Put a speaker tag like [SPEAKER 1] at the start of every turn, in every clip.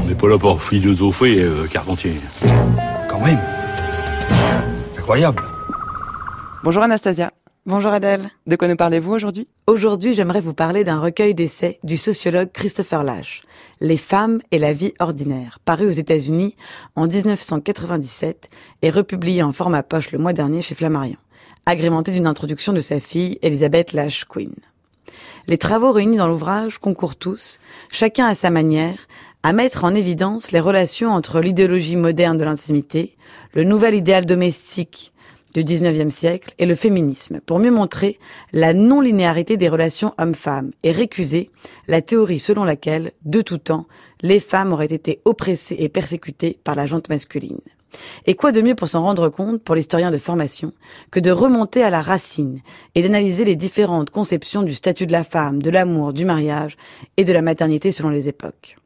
[SPEAKER 1] On n'est pas là pour philosopher, Carpentier.
[SPEAKER 2] Quand même. Incroyable.
[SPEAKER 3] Bonjour Anastasia.
[SPEAKER 4] Bonjour Adèle.
[SPEAKER 3] De quoi nous parlez-vous aujourd'hui ?
[SPEAKER 4] Aujourd'hui, j'aimerais vous parler d'un recueil d'essais du sociologue Christopher Lasch, Les femmes et la vie ordinaire, paru aux États-Unis en 1997 et republié en format poche le mois dernier chez Flammarion, agrémenté d'une introduction de sa fille Elizabeth Lasch Quinn. Les travaux réunis dans l'ouvrage concourent tous, chacun à sa manière, à mettre en évidence les relations entre l'idéologie moderne de l'intimité, le nouvel idéal domestique du XIXe siècle et le féminisme, pour mieux montrer la non-linéarité des relations hommes-femmes et récuser la théorie selon laquelle, de tout temps, les femmes auraient été oppressées et persécutées par la gente masculine. Et quoi de mieux pour s'en rendre compte, pour l'historien de formation, que de remonter à la racine et d'analyser les différentes conceptions du statut de la femme, de l'amour, du mariage et de la maternité selon les époques.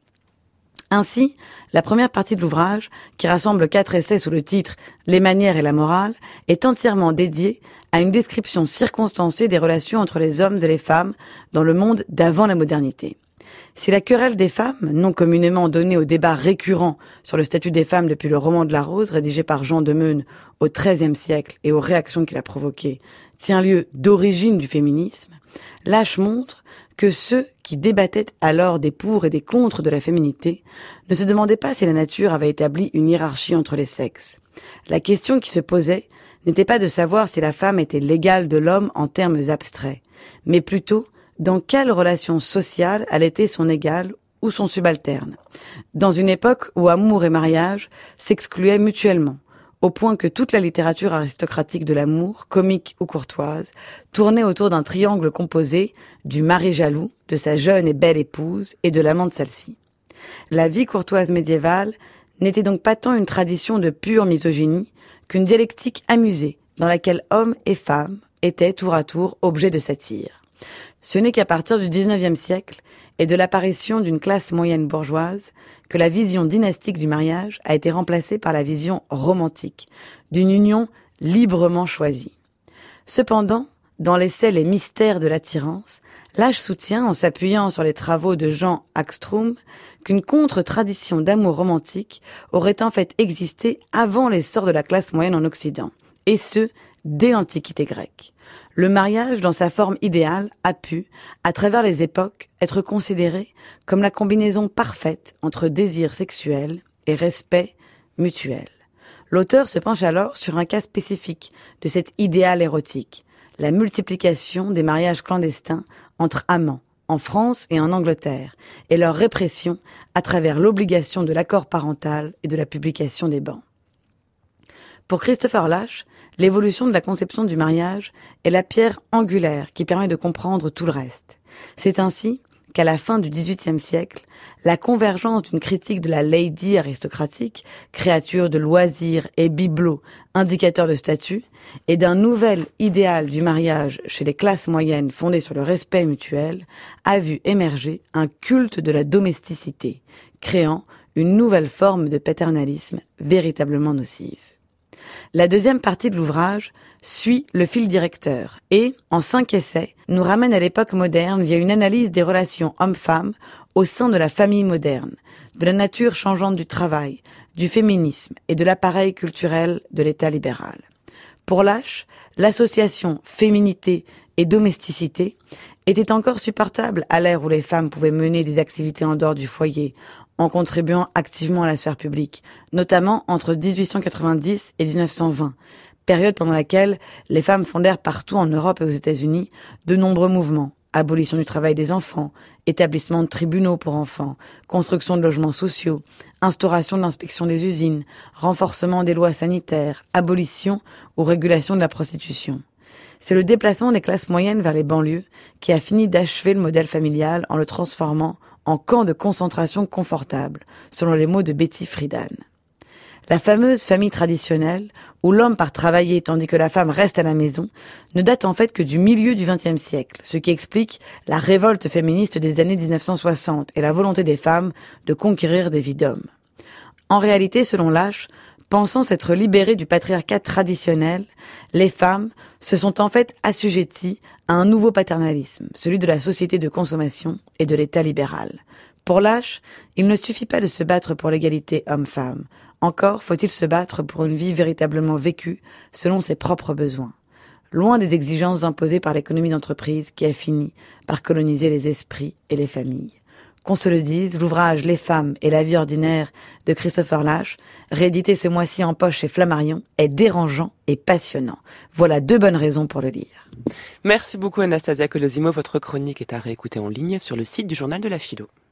[SPEAKER 4] Ainsi, la première partie de l'ouvrage, qui rassemble 4 essais sous le titre « Les manières et la morale », est entièrement dédiée à une description circonstanciée des relations entre les hommes et les femmes dans le monde d'avant la modernité. Si la querelle des femmes, non communément donnée au débat récurrent sur le statut des femmes depuis le roman de la Rose, rédigé par Jean de Meun au XIIIe siècle et aux réactions qu'il a provoquées, tient lieu d'origine du féminisme, Lasch montre que ceux qui débattaient alors des pour et des contre de la féminité ne se demandaient pas si la nature avait établi une hiérarchie entre les sexes. La question qui se posait n'était pas de savoir si la femme était l'égale de l'homme en termes abstraits, mais plutôt dans quelle relation sociale elle était son égale ou son subalterne, dans une époque où amour et mariage s'excluaient mutuellement, au point que toute la littérature aristocratique de l'amour, comique ou courtoise, tournait autour d'un triangle composé du mari jaloux, de sa jeune et belle épouse et de l'amant de celle-ci. La vie courtoise médiévale n'était donc pas tant une tradition de pure misogynie qu'une dialectique amusée dans laquelle hommes et femmes étaient tour à tour objets de satire. Ce n'est qu'à partir du XIXe siècle et de l'apparition d'une classe moyenne bourgeoise que la vision dynastique du mariage a été remplacée par la vision romantique, d'une union librement choisie. Cependant, dans l'essai Les mystères de l'attirance, Lasch soutient, en s'appuyant sur les travaux de Jean Hagström, qu'une contre-tradition d'amour romantique aurait en fait existé avant l'essor de la classe moyenne en Occident, et ce, dès l'Antiquité grecque. Le mariage, dans sa forme idéale, a pu, à travers les époques, être considéré comme la combinaison parfaite entre désir sexuel et respect mutuel. L'auteur se penche alors sur un cas spécifique de cet idéal érotique, la multiplication des mariages clandestins entre amants, en France et en Angleterre, et leur répression à travers l'obligation de l'accord parental et de la publication des bans. Pour Christopher Lasch, l'évolution de la conception du mariage est la pierre angulaire qui permet de comprendre tout le reste. C'est ainsi qu'à la fin du XVIIIe siècle, la convergence d'une critique de la lady aristocratique, créature de loisirs et bibelot, indicateur de statut, et d'un nouvel idéal du mariage chez les classes moyennes fondé sur le respect mutuel, a vu émerger un culte de la domesticité, créant une nouvelle forme de paternalisme véritablement nocive. La deuxième partie de l'ouvrage suit le fil directeur et, en 5 essais, nous ramène à l'époque moderne via une analyse des relations hommes-femmes au sein de la famille moderne, de la nature changeante du travail, du féminisme et de l'appareil culturel de l'État libéral. Pour Lasch, l'association féminité et domesticité était encore supportable à l'ère où les femmes pouvaient mener des activités en dehors du foyer, en contribuant activement à la sphère publique, notamment entre 1890 et 1920, période pendant laquelle les femmes fondèrent partout en Europe et aux États-Unis de nombreux mouvements. Abolition du travail des enfants, établissement de tribunaux pour enfants, construction de logements sociaux, instauration de l'inspection des usines, renforcement des lois sanitaires, abolition ou régulation de la prostitution. C'est le déplacement des classes moyennes vers les banlieues qui a fini d'achever le modèle familial en le transformant en camp de concentration confortable, selon les mots de Betty Friedan. La fameuse famille traditionnelle, où l'homme part travailler tandis que la femme reste à la maison, ne date en fait que du milieu du XXe siècle, ce qui explique la révolte féministe des années 1960 et la volonté des femmes de conquérir des vies d'hommes. En réalité, selon Lasch, pensant s'être libérées du patriarcat traditionnel, les femmes se sont en fait assujetties à un nouveau paternalisme, celui de la société de consommation et de l'État libéral. Pour Lasch, il ne suffit pas de se battre pour l'égalité homme-femme. Encore faut-il se battre pour une vie véritablement vécue selon ses propres besoins. Loin des exigences imposées par l'économie d'entreprise qui a fini par coloniser les esprits et les familles. Qu'on se le dise, l'ouvrage Les femmes et la vie ordinaire de Christopher Lasch, réédité ce mois-ci en poche chez Flammarion, est dérangeant et passionnant. Voilà 2 bonnes raisons pour le lire.
[SPEAKER 3] Merci beaucoup Anastasia Colosimo. Votre chronique est à réécouter en ligne sur le site du Journal de la Philo.